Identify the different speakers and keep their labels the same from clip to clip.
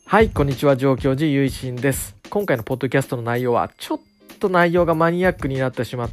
Speaker 1: はい、こんにちは。上京寺ゆいしんです。今回のポッドキャストの内容はちょっと内容がマニアックになってしまって、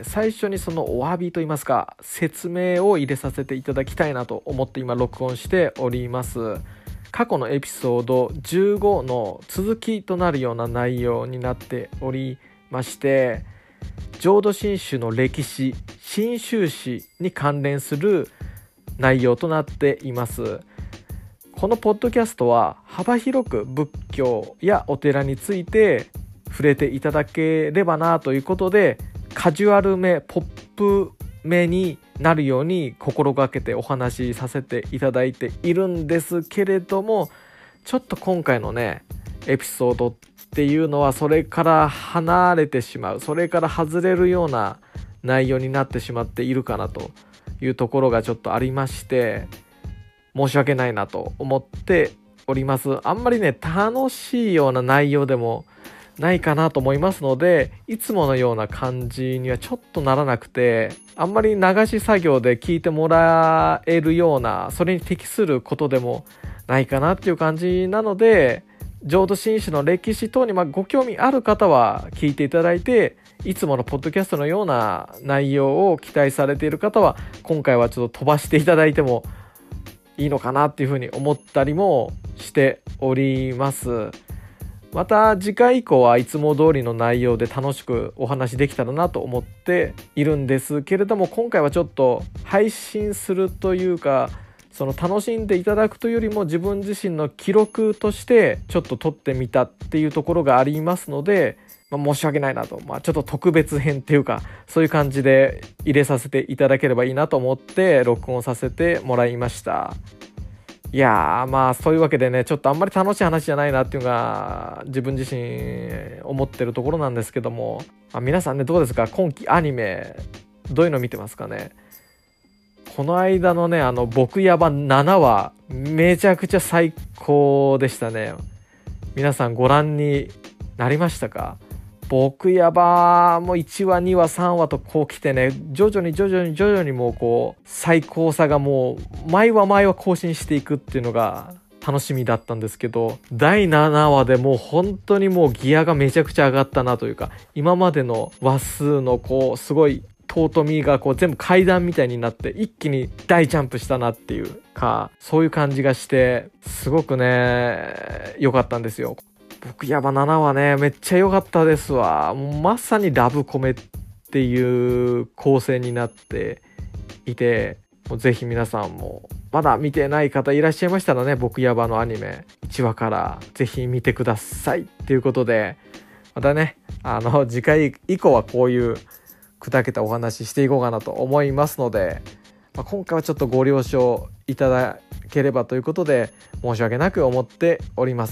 Speaker 1: 最初にそのお詫びといいますか説明を入れさせていただきたいなと思って今録音しております。過去のエピソード15の続きとなるような内容になっておりまして、浄土真宗の歴史、真宗史に関連する内容となっています。このポッドキャストは幅広く仏教やお寺について触れていただければなということで、カジュアルめ、ポップめになるように心がけてお話しさせていただいているんですけれども、ちょっと今回のねエピソードっていうのはそれから離れてしまう、それから外れるような内容になってしまっているかなというところがちょっとありまして、申し訳ないなと思っております。あんまりね楽しいような内容でもないかなと思いますので、いつものような感じにはちょっとならなくて、あんまり流し作業で聞いてもらえるような、それに適することでもないかなっていう感じなので、浄土真宗の歴史等にご興味ある方は聞いていただいて、いつものポッドキャストのような内容を期待されている方は今回はちょっと飛ばしていただいてもいいのかなっていうふうに思ったりもしております。また次回以降はいつも通りの内容で楽しくお話できたらなと思っているんですけれども、今回はちょっと配信するというか、その楽しんでいただくというよりも自分自身の記録としてちょっと撮ってみたっていうところがありますので、申し訳ないなと、ちょっと特別編っていうかそういう感じで入れさせていただければいいなと思って録音させてもらいました。いやーそういうわけでね、ちょっとあんまり楽しい話じゃないなっていうのが自分自身思ってるところなんですけども、皆さんねどうですか？今期アニメどういうの見てますかね？この間のね僕ヤバ7話めちゃくちゃ最高でしたね。皆さんご覧になりましたか？僕ヤバもう1話2話3話とこう来てね、徐々にもうこう最高さがもう毎話更新していくっていうのが楽しみだったんですけど、第7話でもう本当にもうギアがめちゃくちゃ上がったなというか、今までの話数のこうすごい尊みがこう全部階段みたいになって一気に大ジャンプしたなっていうか、そういう感じがしてすごくね良かったんですよ。僕ヤバ7はねめっちゃ良かったですわ。もうまさにラブコメっていう構成になっていて、もうぜひ皆さんもまだ見てない方いらっしゃいましたらね、僕ヤバのアニメ1話からぜひ見てくださいということで、またね次回以降はこういう砕けたお話していこうかなと思いますので、今回はちょっとご了承いただければということで申し訳なく思っております。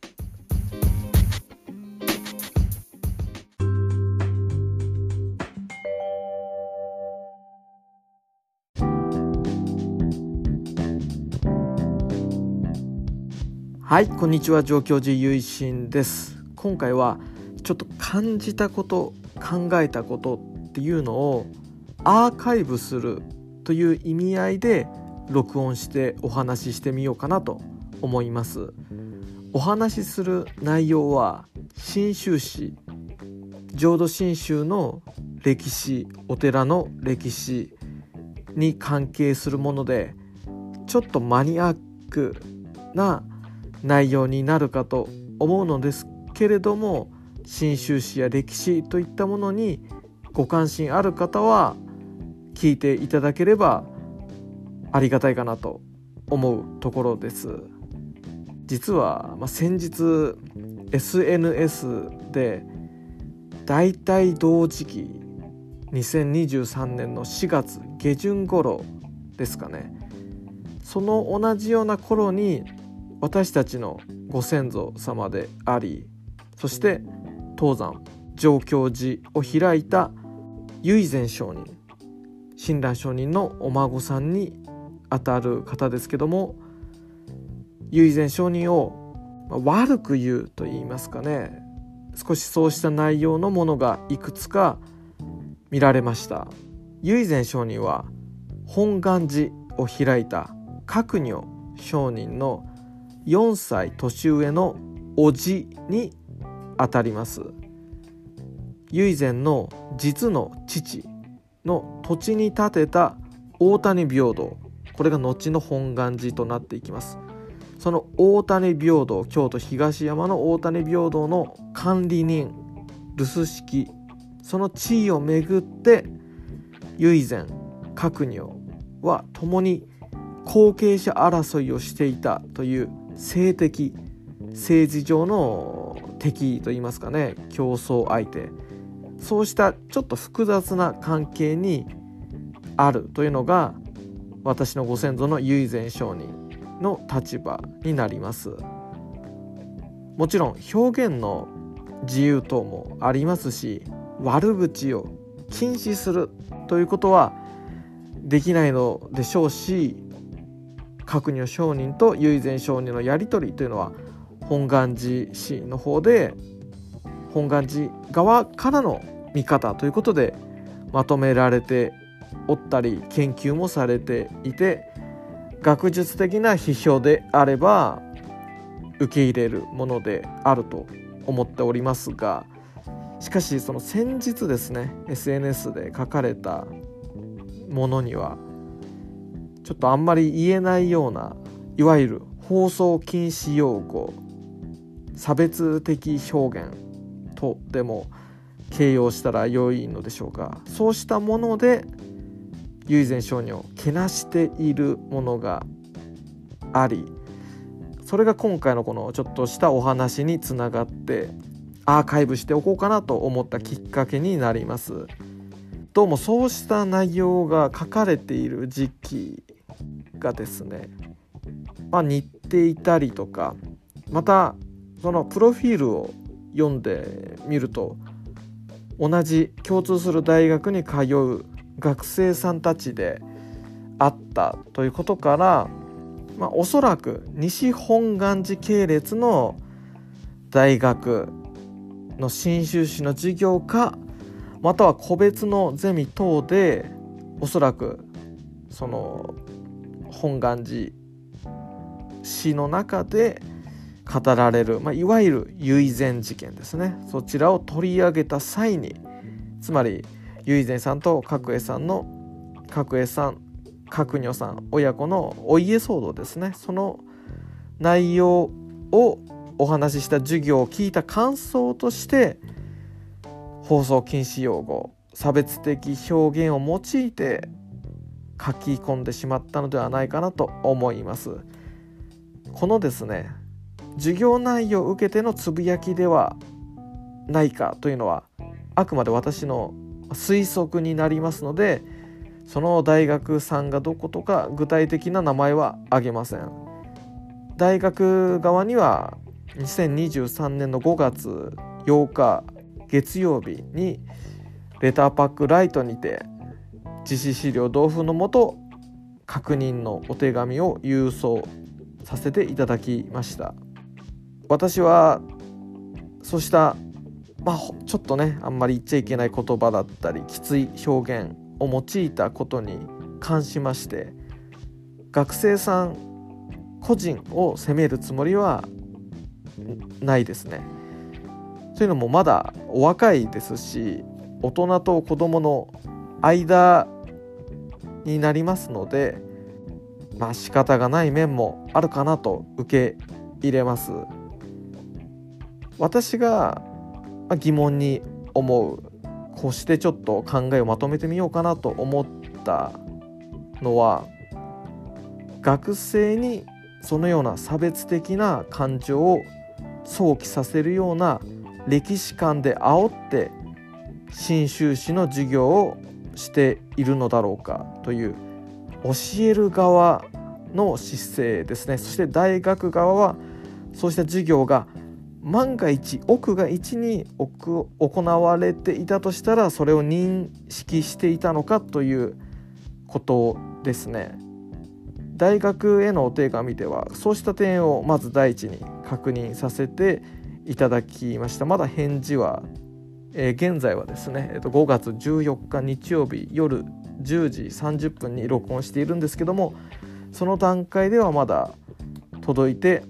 Speaker 1: はい、こんにちは。上京寺ゆいしんです。今回はちょっと感じたこと、考えたことっていうのをアーカイブするという意味合いで録音してお話ししてみようかなと思います。お話しする内容は真宗史、浄土真宗の歴史、お寺の歴史に関係するもので、ちょっとマニアックな内容になるかと思うのですけれども、真宗史や歴史といったものにご関心ある方は聞いていただければありがたいかなと思うところです。実は、先日 SNS でだいたい同時期2023年の4月下旬頃ですかね、その同じような頃に私たちのご先祖様であり、そして東山上京寺を開いた唯善上人、親鸞上人のお孫さんにあたる方ですけども、唯善上人を悪く言うと言いますかね、少しそうした内容のものがいくつか見られました。唯善上人は本願寺を開いた覚如上人の 4歳年上の叔父にあたります。唯前の実の父の土地に建てた大谷平等、これが後の本願寺となっていきます。その大谷平等、京都東山の大谷平等の管理人留守式、その地位をめぐって唯前閣女は共に後継者争いをしていたという政治上の敵といいますかね、競争相手、そうしたちょっと複雑な関係にあるというのが私のご先祖の唯前上人の立場になります。もちろん表現の自由等もありますし、悪口を禁止するということはできないのでしょうし、閣女上人と唯前上人のやり取りというのは本願寺市の方で本願寺側からの見方ということでまとめられておったり、研究もされていて、学術的な批評であれば受け入れるものであると思っておりますが、しかしその先日ですね SNS で書かれたものにはちょっとあんまり言えないような、いわゆる放送禁止用語、差別的表現とでも形容したら良いのでしょうか、そうしたもので唯前上人をけなしているものがあり、それが今回のこのちょっとしたお話につながってアーカイブしておこうかなと思ったきっかけになります。どうもそうした内容が書かれている時期がですね、似ていたりとか、またそのプロフィールを読んでみると同じ共通する大学に通う学生さんたちであったということから、おそらく西本願寺系列の大学の新修士の授業か、または個別のゼミ等でおそらくその本願寺市の中で語られる、いわゆる唯前事件ですね、そちらを取り上げた際に、つまり唯前さんと角栄さんの角栄さん角女さん親子のお家騒動ですね、その内容をお話しした授業を聞いた感想として放送禁止用語、差別的表現を用いて書き込んでしまったのではないかなと思います。このですね授業内容を受けてのつぶやきではないかというのはあくまで私の推測になりますので、その大学さんがどことか具体的な名前は挙げません。大学側には2023年の5月8日月曜日にレターパックライトにて実施資料同封のもと確認のお手紙を郵送させていただきました。私はそうしたちょっとねあんまり言っちゃいけない言葉だったりきつい表現を用いたことに関しまして学生さん個人を責めるつもりはないですね。というのもまだお若いですし大人と子供の間になりますので仕方がない面もあるかなと受け入れます。私が疑問に思うこうしてちょっと考えをまとめてみようかなと思ったのは学生にそのような差別的な感情を想起させるような歴史観で煽って新修士の授業をしているのだろうかという教える側の姿勢ですね。そして大学側はそうした授業が万が一奥が一に行われていたとしたらそれを認識していたのかということですね。大学へのお手紙ではそうした点をまず第一に確認させていただきました。まだ返事は、現在はですね、5月14日日曜日夜10時30分に録音しているんですけども、その段階ではまだ届いて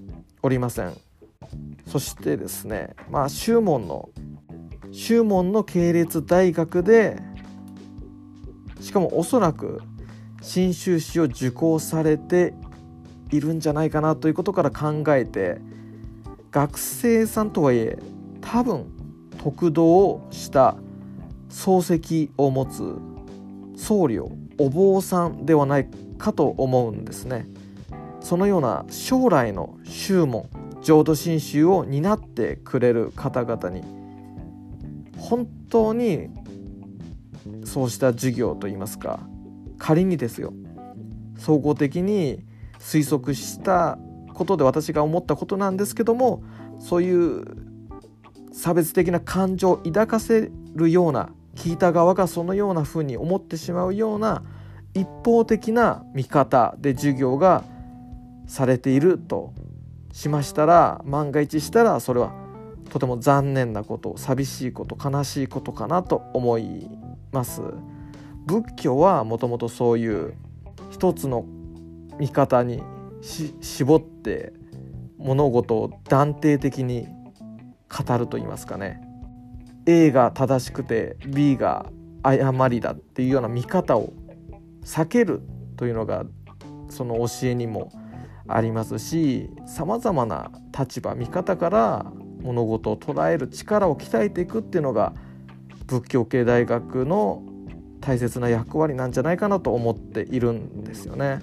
Speaker 1: おりません。そしてですね、宗門の系列大学で、しかもおそらく神修士を受講されているんじゃないかなということから考えて、学生さんとはいえ多分得度をした漱石を持つ僧侶、お坊さんではないかと思うんですね。そのような将来の宗門、浄土真宗を担ってくれる方々に、本当にそうした授業といいますか、仮にですよ、総合的に推測したことで私が思ったことなんですけども、そういう差別的な感情を抱かせるような、聞いた側がそのようなふうに思ってしまうような一方的な見方で授業がされているとしましたら、万が一したらそれはとても残念なこと、寂しいこと、悲しいことかなと思います。仏教はもともとそういう一つの見方に絞って物事を断定的に語ると言いますかね、A が正しくて B が誤りだっていうような見方を避けるというのがその教えにもありますし、さまざまな立場、見方から物事を捉える力を鍛えていくっていうのが仏教系大学の大切な役割なんじゃないかなと思っているんですよね。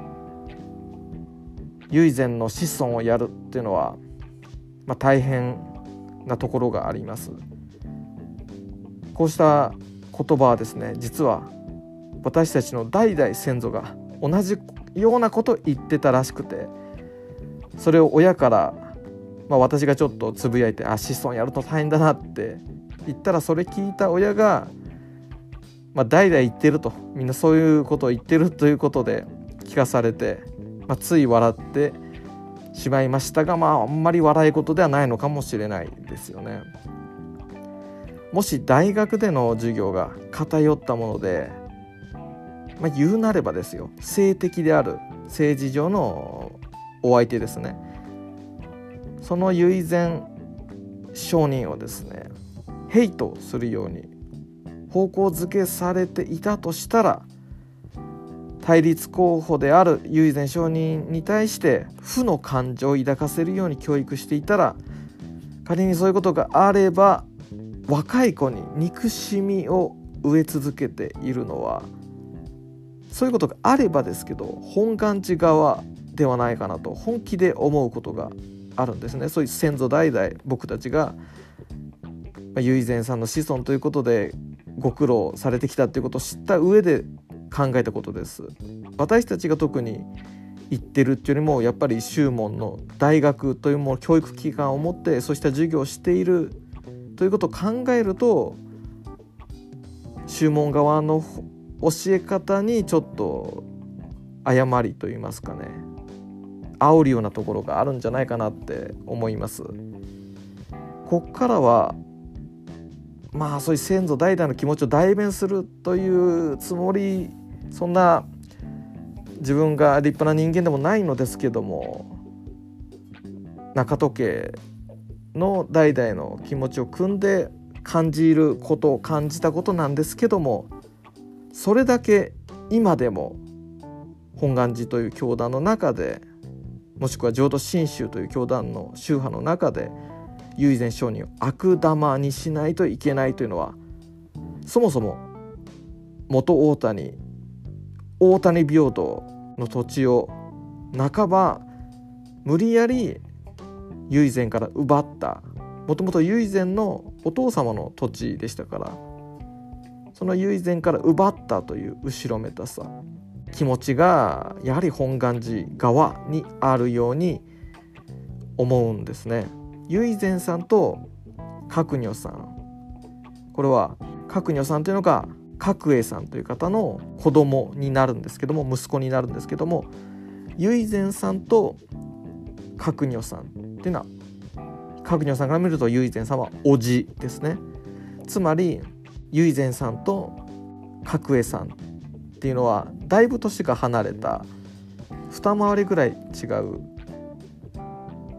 Speaker 1: 唯善の子孫をやるっていうのは、大変なところがあります。こうした言葉はですね、実は私たちの代々先祖が同じようなことを言ってたらしくて、それを親から、私がちょっとつぶやいて、子孫やると大変だなって言ったら、それ聞いた親が、代々言ってると、みんなそういうことを言ってるということで聞かされて、つい笑ってしまいましたが、あんまり笑い事ではないのかもしれないですよね。もし大学での授業が偏ったもので、言うなればですよ、性的である政治上のお相手ですね、その唯善上人をですね、ヘイトするように方向づけされていたとしたら、対立候補である唯善上人に対して負の感情を抱かせるように教育していたら、仮にそういうことがあれば、若い子に憎しみを植え続けているのは、そういうことがあればですけど、本願寺側ではないかなと本気で思うことがあるんですね。そういう先祖代々僕たちが唯善さんの子孫ということでご苦労されてきたということを知った上で考えたことです。私たちが特に言ってるっていうよりも、やっぱり宗門の大学というもの、教育機関を持ってそうした授業をしているということを考えると、宗門側の教え方にちょっと誤りといいますかね、煽るようなところがあるんじゃないかなって思います。こっからはそういう先祖代々の気持ちを代弁するというつもり、そんな自分が立派な人間でもないのですけども、中戸家の代々の気持ちを汲んで感じることを感じたことなんですけども、それだけ今でも本願寺という教団の中で、もしくは浄土真宗という教団の宗派の中で唯善上人を悪玉にしないといけないというのは、そもそも元大谷平等の土地を半ば無理やり唯善から奪った、もともと唯善のお父様の土地でしたから、その唯善から奪ったという後ろめたさ、気持ちがやはり本願寺側にあるように思うんですね。唯善さんと覚如さん、これは覚如さんというのが覚栄さんという方の子供になるんですけども、息子になるんですけども、唯善さんと覚如さんっていうのは、覚如さんから見ると唯善さんは叔父ですね。つまり唯善さんと覚栄さんっていうのはだいぶ年が離れた、二回りぐらい違う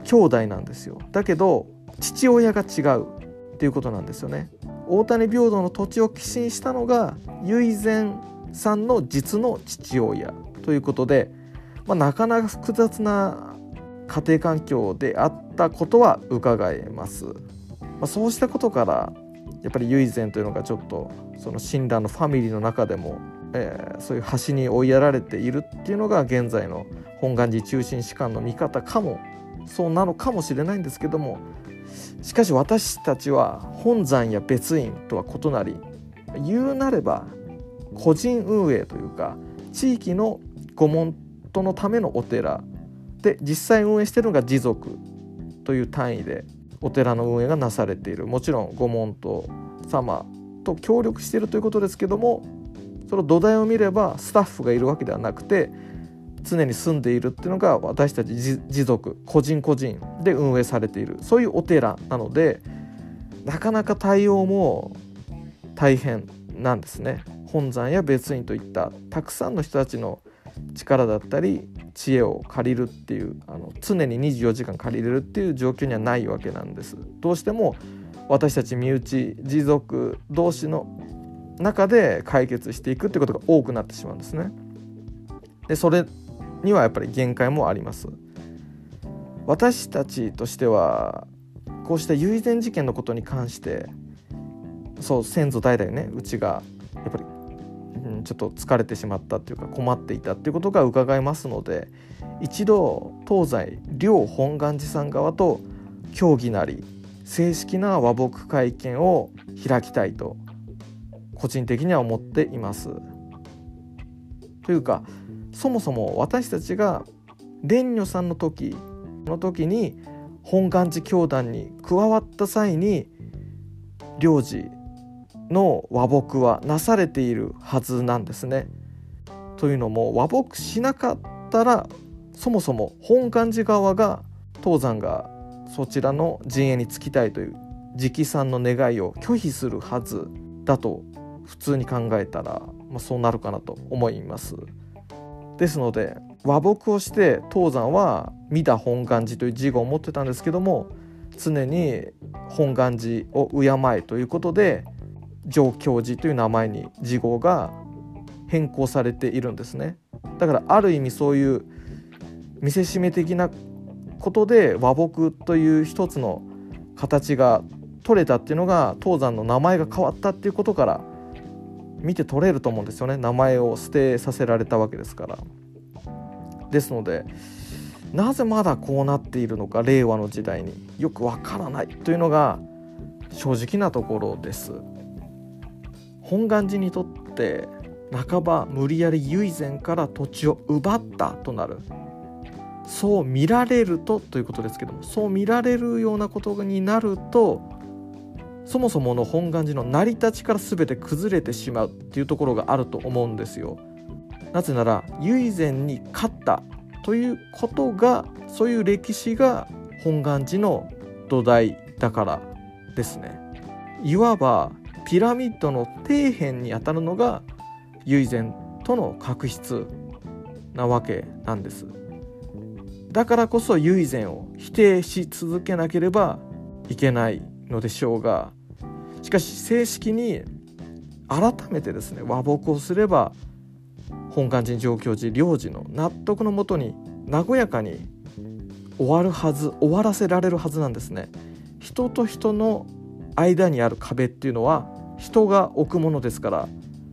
Speaker 1: 兄弟なんですよ。だけど父親が違うっていうことなんですよね。大谷平等の土地を寄進したのが唯前さんの実の父親ということで、なかなか複雑な家庭環境であったことは伺えます。そうしたことからやっぱり唯前というのがちょっとその親鸞のファミリーの中でも、そういう端に追いやられているっていうのが現在の本願寺中心士官の見方かも、そうなのかもしれないんですけども、しかし私たちは本山や別院とは異なり、言うなれば個人運営というか地域のご門徒のためのお寺で、実際運営しているのが持続という単位でお寺の運営がなされている。もちろんご門徒様と協力しているということですけども、その土台を見ればスタッフがいるわけではなくて、常に住んでいるっていうのが私たち持続個人で運営されている、そういうお寺なので、なかなか対応も大変なんですね。本山や別院といったたくさんの人たちの力だったり知恵を借りるっていう、常に24時間借りれるっていう状況にはないわけなんです。どうしても私たち身内持続同士の中で解決していくってことが多くなってしまうんですね。でそれにはやっぱり限界もあります。私たちとしてはこうした唯前事件のことに関して、先祖代々ね、うちがやっぱり、ちょっと疲れてしまったっていうか困っていたっていうことが伺えますので、一度東西両本願寺さん側と協議なり正式な和睦会見を開きたいと個人的には思っています。というか、そもそも私たちが蓮如さんの時に本願寺教団に加わった際に領事の和睦はなされているはずなんですね。というのも、和睦しなかったらそもそも本願寺側が東山がそちらの陣営につきたいという直参の願いを拒否するはずだと普通に考えたら、そうなるかなと思います。ですので和睦をして東山は御陀本願寺という字語を持ってたんですけども、常に本願寺を敬えということで上教寺という名前に字語が変更されているんですね。だからある意味そういう見せしめ的なことで和睦という一つの形が取れたっていうのが、東山の名前が変わったっていうことから見て取れると思うんですよね。名前を捨てさせられたわけですから。ですのでなぜまだこうなっているのか、令和の時代によくわからないというのが正直なところです。本願寺にとって半ば無理やり唯前から土地を奪ったとなる、そう見られるということですけども、そう見られるようなことになると、そもそもの本願寺の成り立ちから全て崩れてしまうっていうところがあると思うんですよ。なぜなら唯前に勝ったということが、そういう歴史が本願寺の土台だからですね。いわばピラミッドの底辺にあたるのが唯前との確執なわけなんです。だからこそ唯前を否定し続けなければいけないのでしょうが、しかし正式に改めてですね和睦をすれば、本願寺上教寺領事の納得のもとに和やかに終わらせられるはずなんですね。人と人の間にある壁っていうのは人が置くものですから、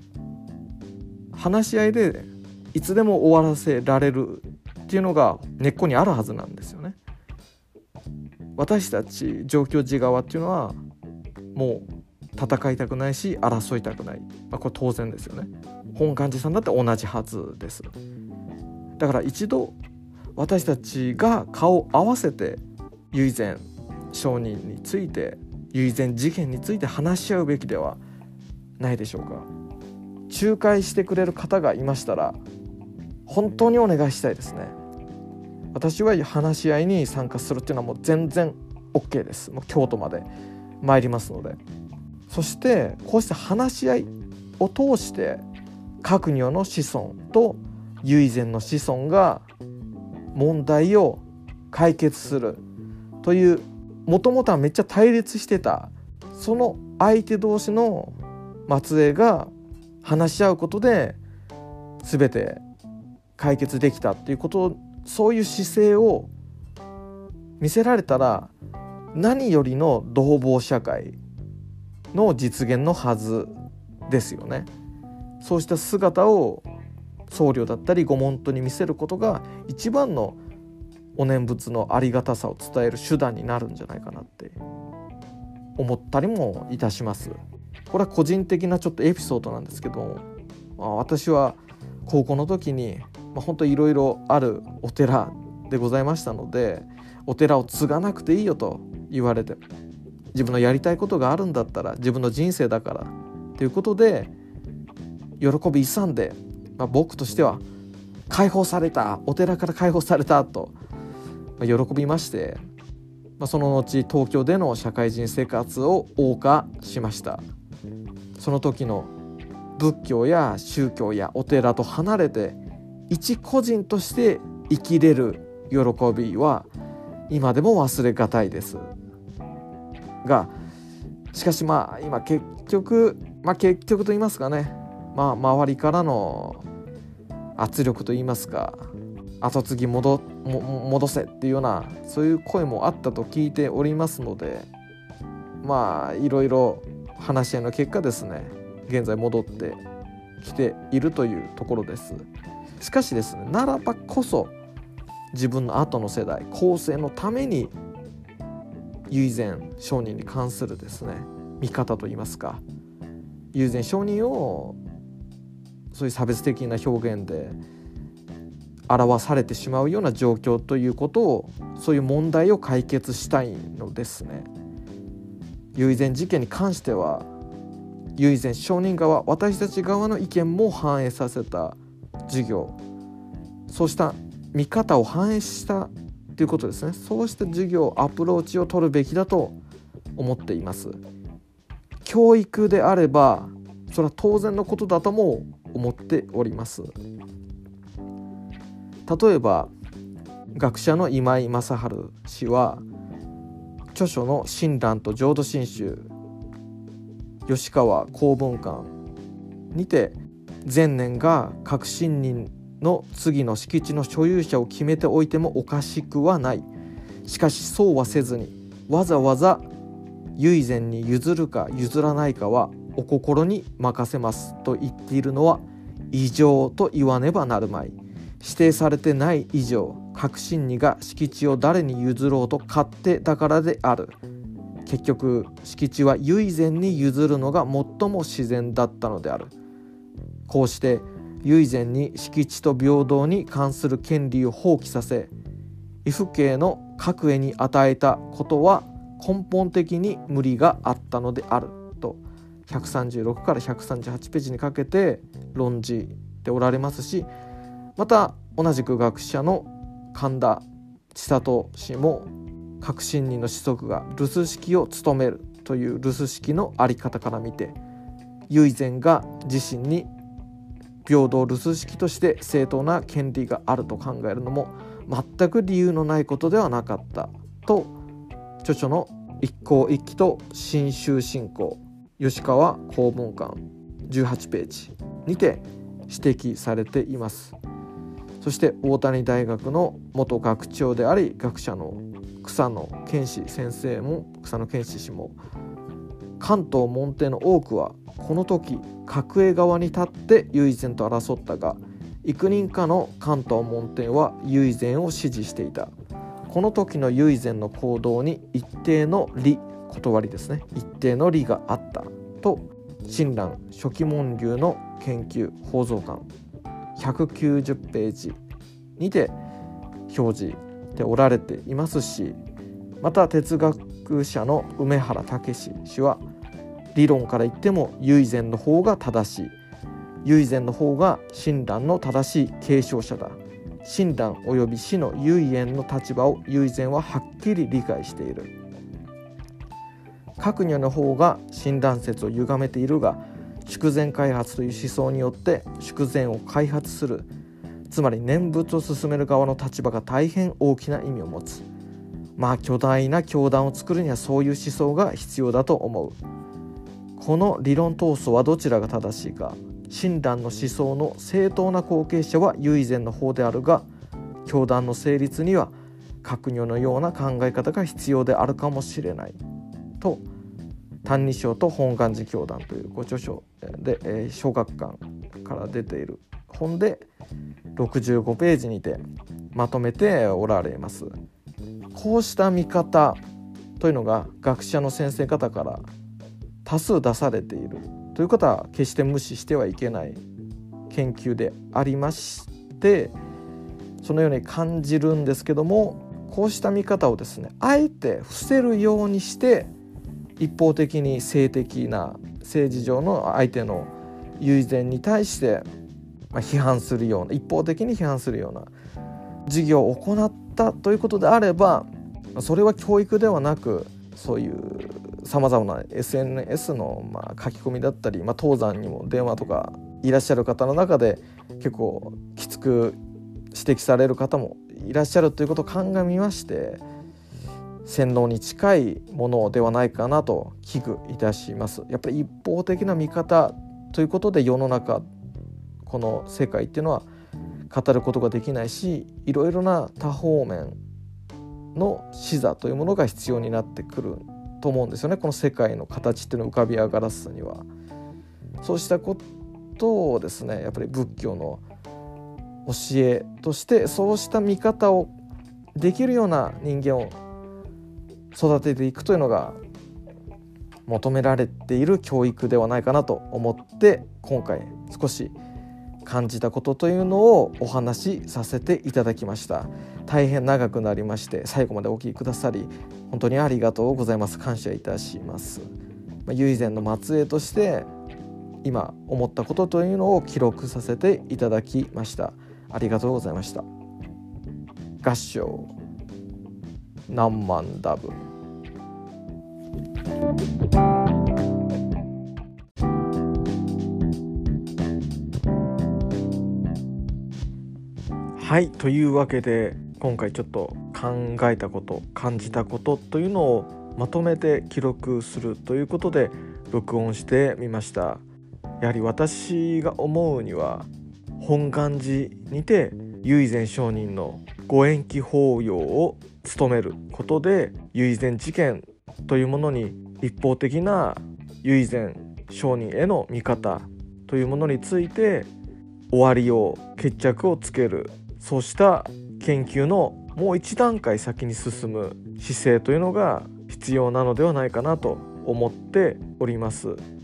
Speaker 1: 話し合いでいつでも終わらせられるっていうのが根っこにあるはずなんですよね。私たち上教寺側っていうのはもう戦いたくないし争いたくない、これ当然ですよね。本願寺さんだって同じはずです。だから一度私たちが顔を合わせて唯前上人について、唯前事件について話し合うべきではないでしょうか。仲介してくれる方がいましたら本当にお願いしたいですね。私は話し合いに参加するっていうのはもう全然 OK です。もう京都まで参りますので。そしてこうした話し合いを通して各如の子孫と唯前の子孫が問題を解決する、 という、もともとはめっちゃ対立してたその相手同士の末裔が話し合うことで全て解決できたっていうことを、そういう姿勢を見せられたら何よりの同胞社会の実現のはずですよね。そうした姿を僧侶だったりご門徒に見せることが一番のお念仏のありがたさを伝える手段になるんじゃないかなって思ったりもいたします。これは個人的なちょっとエピソードなんですけど、私は高校の時に本当いろいろあるお寺でございましたので、お寺を継がなくていいよと言われて、自分のやりたいことがあるんだったら自分の人生だからということで喜び勇んで、僕としては解放された、お寺から解放されたと喜びまして、その後東京での社会人生活を謳歌しました。その時の仏教や宗教やお寺と離れて一個人として生きれる喜びは今でも忘れがたいですが、しかし今結局と言いますかね、周りからの圧力と言いますか、後継ぎ戻せっていうようなそういう声もあったと聞いておりますので、いろいろ話し合いの結果ですね、現在戻ってきているというところです。しかしですね、ならばこそ自分の後の世代後世のために唯前上人に関するですね見方といいますか、唯前上人をそういう差別的な表現で表されてしまうような状況ということを、そういう問題を解決したいのですね。唯前事件に関しては唯前上人側、私たち側の意見も反映させた授業、そうした見方を反映したということですね。そうした授業アプローチを取るべきだと思っています。教育であればそれは当然のことだとも思っております。例えば学者の今井正治氏は著書の親鸞と浄土真宗吉川公文館にて、前年が革新人の次の敷地の所有者を決めておいてもおかしくはない。しかしそうはせずにわざわざ唯前に譲るか譲らないかはお心に任せますと言っているのは異常と言わねばなるまい。指定されてない以上、革新人が敷地を誰に譲ろうと勝手だからである。結局敷地は唯前に譲るのが最も自然だったのである。こうして唯前に敷地と平等に関する権利を放棄させ、異父兄の各へに与えたことは根本的に無理があったのであると136から138ページにかけて論じておられますし、また同じく学者の神田千里氏も革新人の子息が留守式を務めるという留守式のあり方から見て、唯前が自身に平等留守式として正当な権利があると考えるのも全く理由のないことではなかったと、著書の一向一揆と新宗信仰吉川公文館18ページにて指摘されています。そして大谷大学の元学長であり学者の草野健氏先生も、草野健氏も、関東門弟の多くはこの時角栄側に立って唯前と争ったが、幾人かの関東門弟は唯前を支持していた。この時の唯前の行動に一定の理、断りですね、一定の理があったと親鸞初期門流の研究法蔵館190ページにて表示しておられていますし、また哲学者の梅原武氏は理論から言っても唯前の方が正しい、唯前の方が親鸞の正しい継承者だ、親鸞及び師の唯円の立場を唯前ははっきり理解している。覚如の方が親鸞説を歪めているが、祝善開発という思想によって祝善を開発する、つまり念仏を進める側の立場が大変大きな意味を持つ。 巨大な教団を作るにはそういう思想が必要だと思う。この理論闘争はどちらが正しいか。親鸞の思想の正当な後継者は唯善の方であるが、教団の成立には閣僚のような考え方が必要であるかもしれないと、歎異抄と本願寺教団というご著書で、小学館から出ている本で65ページにてまとめておられます。こうした見方というのが学者の先生方から多数出されているということは決して無視してはいけない研究でありまして、そのように感じるんですけども、こうした見方をですね、あえて伏せるようにして一方的に性的な政治上の相手の唯善に対して批判するような、一方的に批判するような授業を行ったということであれば、それは教育ではなく、そういうさまざまな SNS の書き込みだったり、当山にも電話とかいらっしゃる方の中で結構きつく指摘される方もいらっしゃるということを鑑みまして、洗脳に近いものではないかなと危惧いたします。やっぱり一方的な見方ということで世の中、この世界っていうのは語ることができないし、いろいろな多方面の視座というものが必要になってくると思うんですよね。この世界の形っていうのを浮かび上がらすには、そうしたことをですね、やっぱり仏教の教えとして、そうした見方をできるような人間を育てていくというのが求められている教育ではないかなと思って、今回少し感じたことというのをお話しさせていただきました。大変長くなりまして、最後までお聞きくださり本当にありがとうございます。感謝いたします。唯善の末裔として今思ったことというのを記録させていただきました。ありがとうございました。合唱何万ダブ。はい、というわけで今回ちょっと考えたこと、感じたことというのをまとめて記録するということで録音してみました。やはり私が思うには、本願寺にて唯善上人のご延期法要を務めることで、唯善事件というものに一方的な唯善上人への見方というものについて終わりを、決着をつける、そうした研究のもう一段階先に進む姿勢というのが必要なのではないかなと思っております。